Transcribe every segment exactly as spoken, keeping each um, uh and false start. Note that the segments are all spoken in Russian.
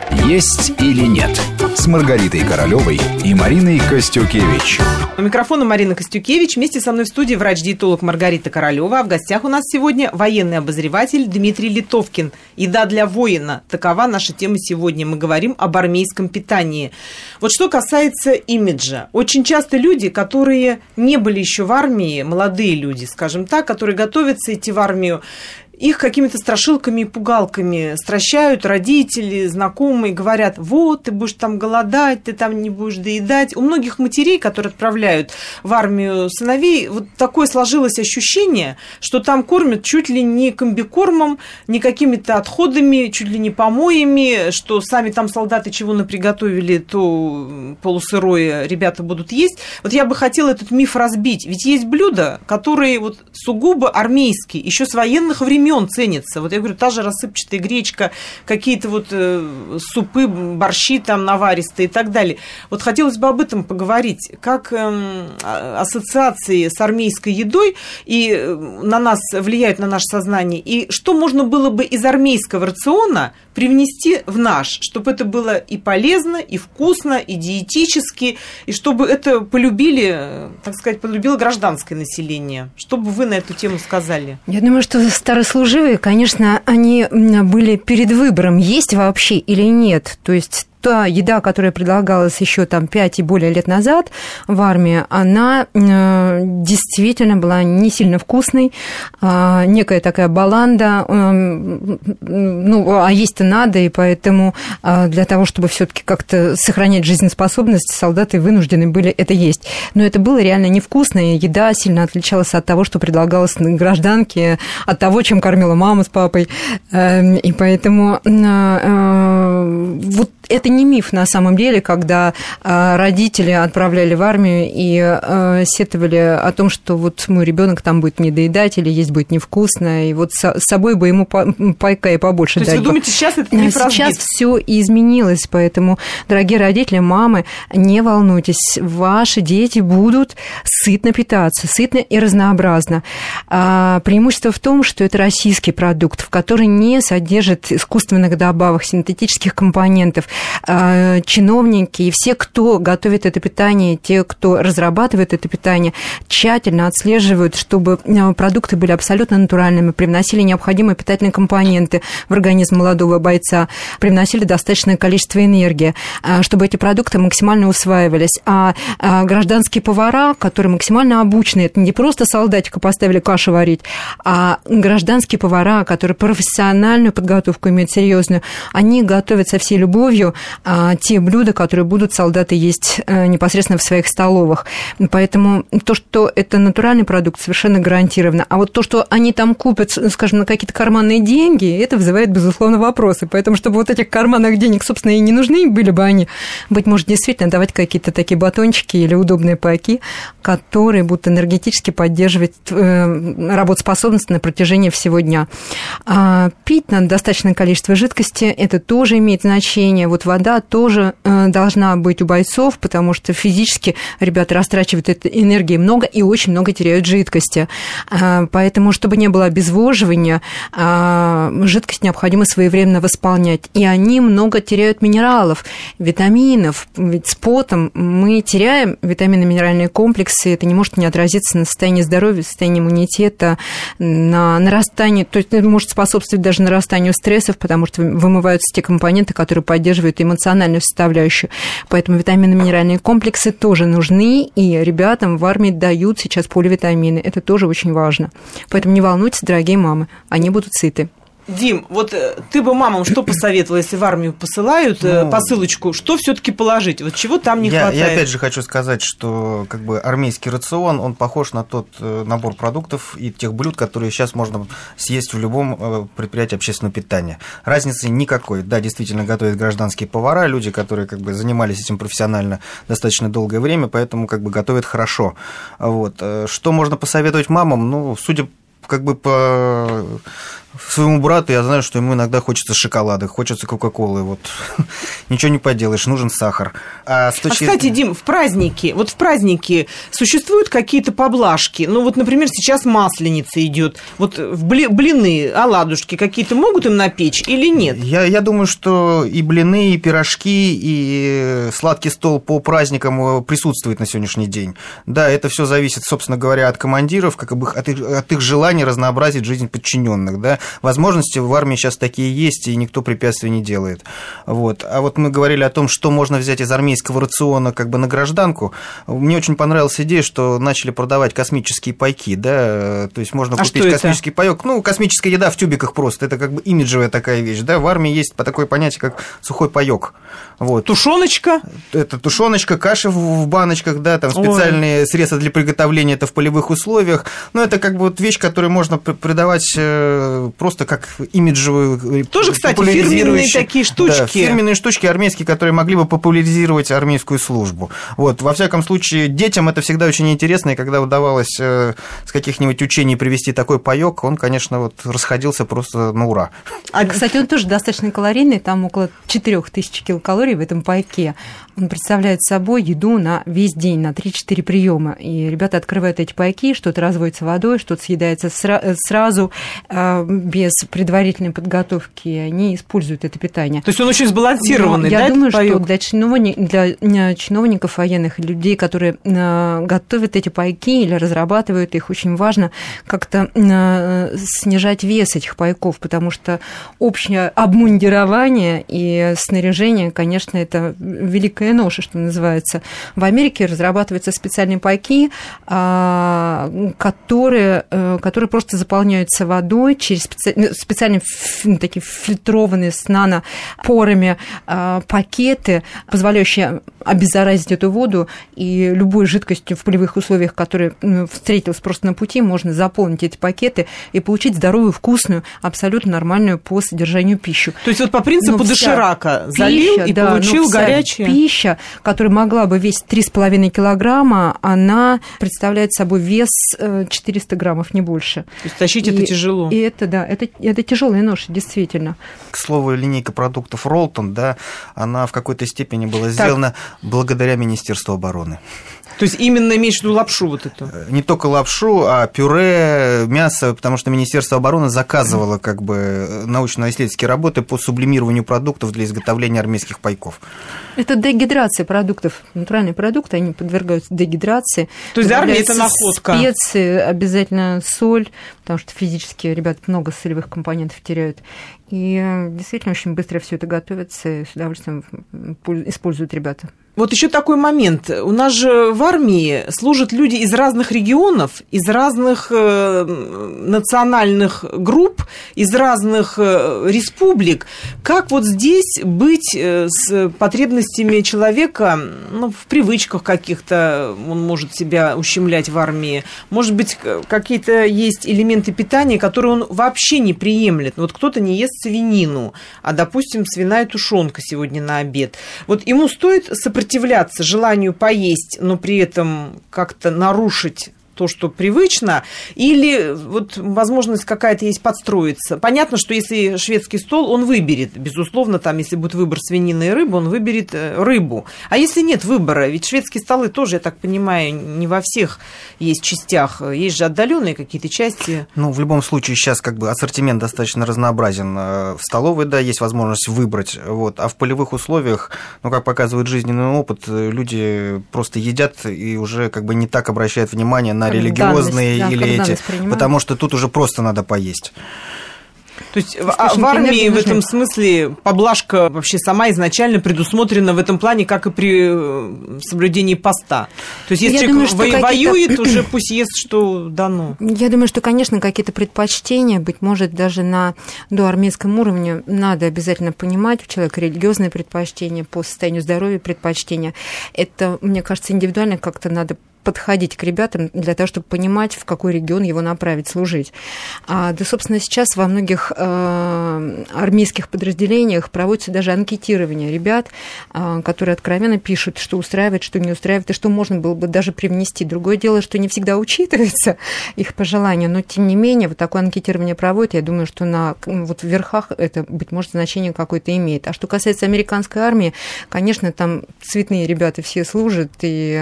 «Есть или нет» с Маргаритой Королевой и Мариной Костюкевич. У микрофона Марина Костюкевич. Вместе со мной в студии врач-диетолог Маргарита Королева. А в гостях у нас сегодня военный обозреватель Дмитрий Литовкин. Еда для воина. Такова наша тема сегодня. Мы говорим об армейском питании. Вот что касается имиджа. Очень часто люди, которые не были еще в армии, молодые люди, скажем так, которые готовятся идти в армию, их какими-то страшилками и пугалками стращают родители, знакомые, говорят: вот, ты будешь там голодать, ты там не будешь доедать. У многих матерей, которые отправляют в армию сыновей, вот такое сложилось ощущение, что там кормят чуть ли не комбикормом, не какими-то отходами, чуть ли не помоями, что сами там солдаты чего наприготовили, то полусырое ребята будут есть. Вот я бы хотела этот миф разбить. Ведь есть блюда, которые вот сугубо армейские, еще с военных времен ценится. Вот я говорю, та же рассыпчатая гречка, какие-то вот э, супы, борщи там наваристые и так далее. Вот хотелось бы об этом поговорить. Как э, ассоциации с армейской едой и на нас влияют, на наше сознание, и что можно было бы из армейского рациона привнести в наш, чтобы это было и полезно, и вкусно, и диетически, и чтобы это полюбили, так сказать, полюбило гражданское население. Что бы вы на эту тему сказали? Я думаю, что старослуживые, конечно, они были перед выбором, есть вообще или нет. То есть та еда, которая предлагалась еще там пять и более лет назад в армии, она э, действительно была не сильно вкусной, э, некая такая баланда, э, ну, а есть-то надо, и поэтому э, для того, чтобы все-таки как-то сохранять жизнеспособность, солдаты вынуждены были это есть. Но это было реально невкусно, и еда сильно отличалась от того, что предлагалось гражданке, от того, чем кормила мама с папой, э, и поэтому э, э, вот это не миф на самом деле, когда э, родители отправляли в армию и э, сетовали о том, что вот мой ребенок там будет не доедать или есть будет невкусно, и вот с, с собой бы ему пайка и побольше дать. То есть вы думаете, сейчас это миф разбит? Сейчас все изменилось, поэтому, дорогие родители, мамы, не волнуйтесь, ваши дети будут сытно питаться, сытно и разнообразно. А преимущество в том, что это российский продукт, в который не содержит искусственных добавок, синтетических компонентов. Чиновники и все, кто готовит это питание, те, кто разрабатывает это питание, тщательно отслеживают, чтобы продукты были абсолютно натуральными, привносили необходимые питательные компоненты в организм молодого бойца, привносили достаточное количество энергии, чтобы эти продукты максимально усваивались. А гражданские повара, которые максимально обучены, это не просто солдатика поставили кашу варить, а гражданские повара, которые профессиональную подготовку имеют серьезную, они готовят со всей любовью те блюда, которые будут солдаты есть непосредственно в своих столовых. Поэтому то, что это натуральный продукт, совершенно гарантированно. А вот то, что они там купят, скажем, на какие-то карманные деньги, это вызывает, безусловно, вопросы. Поэтому, чтобы вот этих карманных денег, собственно, и не нужны были бы они, быть может, действительно давать какие-то такие батончики или удобные пайки, которые будут энергетически поддерживать работоспособность на протяжении всего дня. А пить надо достаточное количество жидкости, это тоже имеет значение. Вот вода тоже должна быть у бойцов, потому что физически ребята растрачивают этой энергии много и очень много теряют жидкости. Поэтому, чтобы не было обезвоживания, жидкость необходимо своевременно восполнять. И они много теряют минералов, витаминов. Ведь с потом мы теряем витаминно-минеральные комплексы, это не может не отразиться на состоянии здоровья, состоянии иммунитета, на нарастании, то есть это может способствовать даже нарастанию стрессов, потому что вымываются те компоненты, которые поддерживают эмоциональную составляющую. Поэтому витаминно-минеральные комплексы тоже нужны, и ребятам в армии дают сейчас поливитамины. Это тоже очень важно. Поэтому не волнуйтесь, дорогие мамы, они будут сыты. Дим, вот ты бы мамам что посоветовала, если в армию посылают ну, посылочку, что все-таки положить? Вот чего там не я, хватает? Я опять же хочу сказать, что как бы армейский рацион, он похож на тот набор продуктов и тех блюд, которые сейчас можно съесть в любом предприятии общественного питания. Разницы никакой. Да, действительно готовят гражданские повара, люди, которые как бы занимались этим профессионально достаточно долгое время, поэтому как бы готовят хорошо. Вот. Что можно посоветовать мамам? Ну, судя как бы по Своему брату я знаю, что ему иногда хочется шоколада, хочется кока-колы. Вот. Ничего не поделаешь, нужен сахар. А, с точки... а, кстати, Дим, в праздники, вот в праздники существуют какие-то поблажки? Ну, вот, например, сейчас Масленица идет. Вот в блины, оладушки какие-то могут им напечь или нет? Я, я думаю, что и блины, и пирожки, и сладкий стол по праздникам присутствует на сегодняшний день. Да, это все зависит, собственно говоря, от командиров, как бы от их, от их желания разнообразить жизнь подчиненных. Да. Возможности в армии сейчас такие есть, и никто препятствий не делает. Вот. А вот мы говорили о том, что можно взять из армейского рациона как бы на гражданку. Мне очень понравилась идея, что начали продавать космические пайки. Да. То есть можно а купить космический пайок. Ну, космическая еда в тюбиках просто. Это как бы имиджевая такая вещь. Да. В армии есть такое понятие, как сухой паёк. Вот. Тушеночка? Это тушеночка, каша в баночках, да, там специальные Ой. средства для приготовления это в полевых условиях. Но это как бы вот вещь, которую можно придавать просто как имиджевую. Тоже, кстати, фирменные такие штучки. Да, фирменные штучки армейские, которые могли бы популяризировать армейскую службу. Вот. Во всяком случае, детям это всегда очень интересно, и когда удавалось с каких-нибудь учений привезти такой паёк, он, конечно, вот расходился просто на ура. А, кстати, он тоже достаточно калорийный, там около четыре тысячи килокалорий в этом пайке. Он представляет собой еду на весь день, на три-четыре приема. И ребята открывают эти пайки, что-то разводится водой, что-то съедается сра- сразу, э, без предварительной подготовки. Они используют это питание. То есть он очень сбалансированный, Но да? Я думаю, что для, чиновник, для чиновников военных, людей, которые э, готовят эти пайки или разрабатывают их, очень важно как-то э, снижать вес этих пайков, потому что общее обмундирование и снаряжение, конечно, это великая ноша, что называется. В Америке разрабатываются специальные пайки, которые, которые просто заполняются водой через специально такие фильтрованные с нанопорами пакеты, позволяющие обеззаразить эту воду, и любой жидкостью в полевых условиях, которая встретилась просто на пути, можно заполнить эти пакеты и получить здоровую, вкусную, абсолютно нормальную по содержанию пищу. То есть вот по принципу доширака залил пища, и да, получил горячее. Пища, которая могла бы весить три с половиной килограмма, она представляет собой вес четыреста граммов, не больше. То есть тащить и, это тяжело. И это, да, это, это тяжелая ноша, действительно. К слову, линейка продуктов Ролтон, да, она в какой-то степени была сделана так. благодаря Министерству обороны. То есть именно имеешь в виду лапшу вот эту? Не только лапшу, а пюре, мясо, потому что Министерство обороны заказывало как бы научно-исследовательские работы по сублимированию продуктов для изготовления армейских пайков. Это дегидрация продуктов. Натуральные продукты, они подвергаются дегидрации. То есть для армии это находка? Специи, обязательно соль, потому что физически ребята много солевых компонентов теряют. И действительно очень быстро все это готовится, и с удовольствием используют ребята. Вот еще такой момент. У нас же в армии служат люди из разных регионов, из разных национальных групп, из разных республик. Как вот здесь быть с потребностями человека, ну, в привычках каких-то он может себя ущемлять в армии? Может быть, какие-то есть элементы питания, которые он вообще не приемлет. Вот кто-то не ест свинину, а, допустим, свиная тушенка сегодня на обед. Вот ему стоит сопротивляться сопротивляться желанию поесть, но при этом как-то нарушить то, что привычно, или вот возможность какая-то есть подстроиться. Понятно, что если шведский стол, он выберет, безусловно, там, если будет выбор свинины и рыбы, он выберет рыбу. А если нет выбора, ведь шведские столы тоже, я так понимаю, не во всех есть частях, есть же отдаленные какие-то части. Ну, в любом случае, сейчас как бы ассортимент достаточно разнообразен. В столовой, да, есть возможность выбрать, вот, а в полевых условиях, ну, как показывает жизненный опыт, люди просто едят и уже как бы не так обращают внимание на религиозные данность, или да, эти, потому что тут уже просто надо поесть. То есть в, в армии в этом смысле поблажка вообще сама изначально предусмотрена в этом плане, как и при соблюдении поста. То есть если Я человек думаю, во- воюет, уже пусть ест, что дано. Я думаю, что, конечно, какие-то предпочтения, быть может, даже на доармейском уровне надо обязательно понимать. У человека религиозные предпочтения, по состоянию здоровья предпочтения. Это, мне кажется, индивидуально как-то надо подходить к ребятам для того, чтобы понимать, в какой регион его направить служить. А, да, собственно, сейчас во многих э, армейских подразделениях проводится даже анкетирование ребят, э, которые откровенно пишут, что устраивает, что не устраивает, и что можно было бы даже привнести. Другое дело, что не всегда учитывается их пожелания, но, тем не менее, вот такое анкетирование проводят. Я думаю, что на вот в верхах это, быть может, значение какое-то имеет. А что касается американской армии, конечно, там цветные ребята все служат, и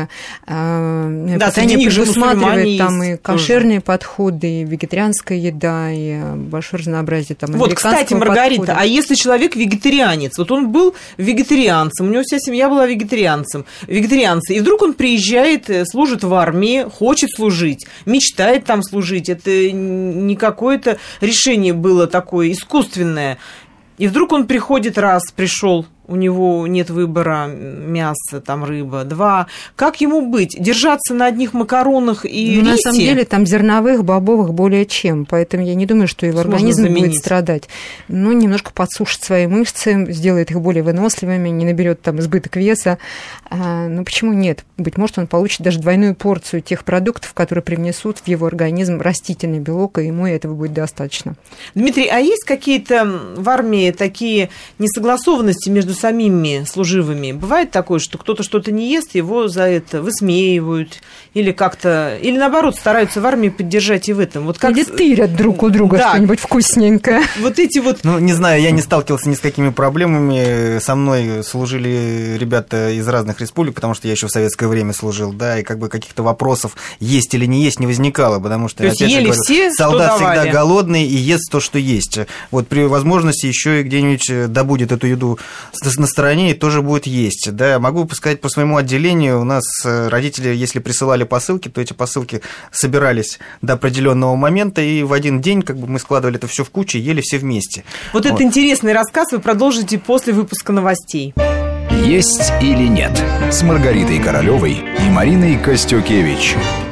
э, да, питание предусматривает там и кошерные тоже подходы, и вегетарианская еда, и большое разнообразие там вот, кстати, Маргарита, подхода. А если человек вегетарианец, вот он был вегетарианцем, у него вся семья была вегетарианцем, вегетарианцем, и вдруг он приезжает, служит в армии, хочет служить, мечтает там служить, это не какое-то решение было такое искусственное, и вдруг он приходит раз, пришел, у него нет выбора мяса, там рыба. Два. Как ему быть? Держаться на одних макаронах и ну, рисе? На самом деле там зерновых, бобовых более чем. Поэтому я не думаю, что его организм будет страдать. Ну, немножко подсушит свои мышцы, сделает их более выносливыми, не наберет там избыток веса. А, ну, почему нет? Быть может, он получит даже двойную порцию тех продуктов, которые привнесут в его организм растительный белок, и ему этого будет достаточно. Дмитрий, а есть какие-то в армии такие несогласованности между самими служивыми? Бывает такое, что кто-то что-то не ест, его за это высмеивают, или как-то, или наоборот, стараются в армии поддержать и в этом. Вот как... Или тырят друг у друга да. что-нибудь вкусненькое. Вот эти вот... Ну, не знаю, я не сталкивался ни с какими проблемами. Со мной служили ребята из разных республик, потому что я еще в советское время служил, да, и как бы каких-то вопросов есть или не есть не возникало, потому что, то есть, опять ели же говорю, все, солдат что всегда давали. голодный и ест то, что есть. Вот при возможности еще и где-нибудь добудет эту еду на стороне и тоже будет есть. Да, могу сказать по своему отделению, у нас родители, если присылали посылки, то эти посылки собирались до определенного момента, и в один день как бы мы складывали это все в кучу и ели все вместе. Вот, вот. Этот интересный рассказ вы продолжите после выпуска новостей. «Есть или нет» с Маргаритой Королевой и Мариной Костюкевич.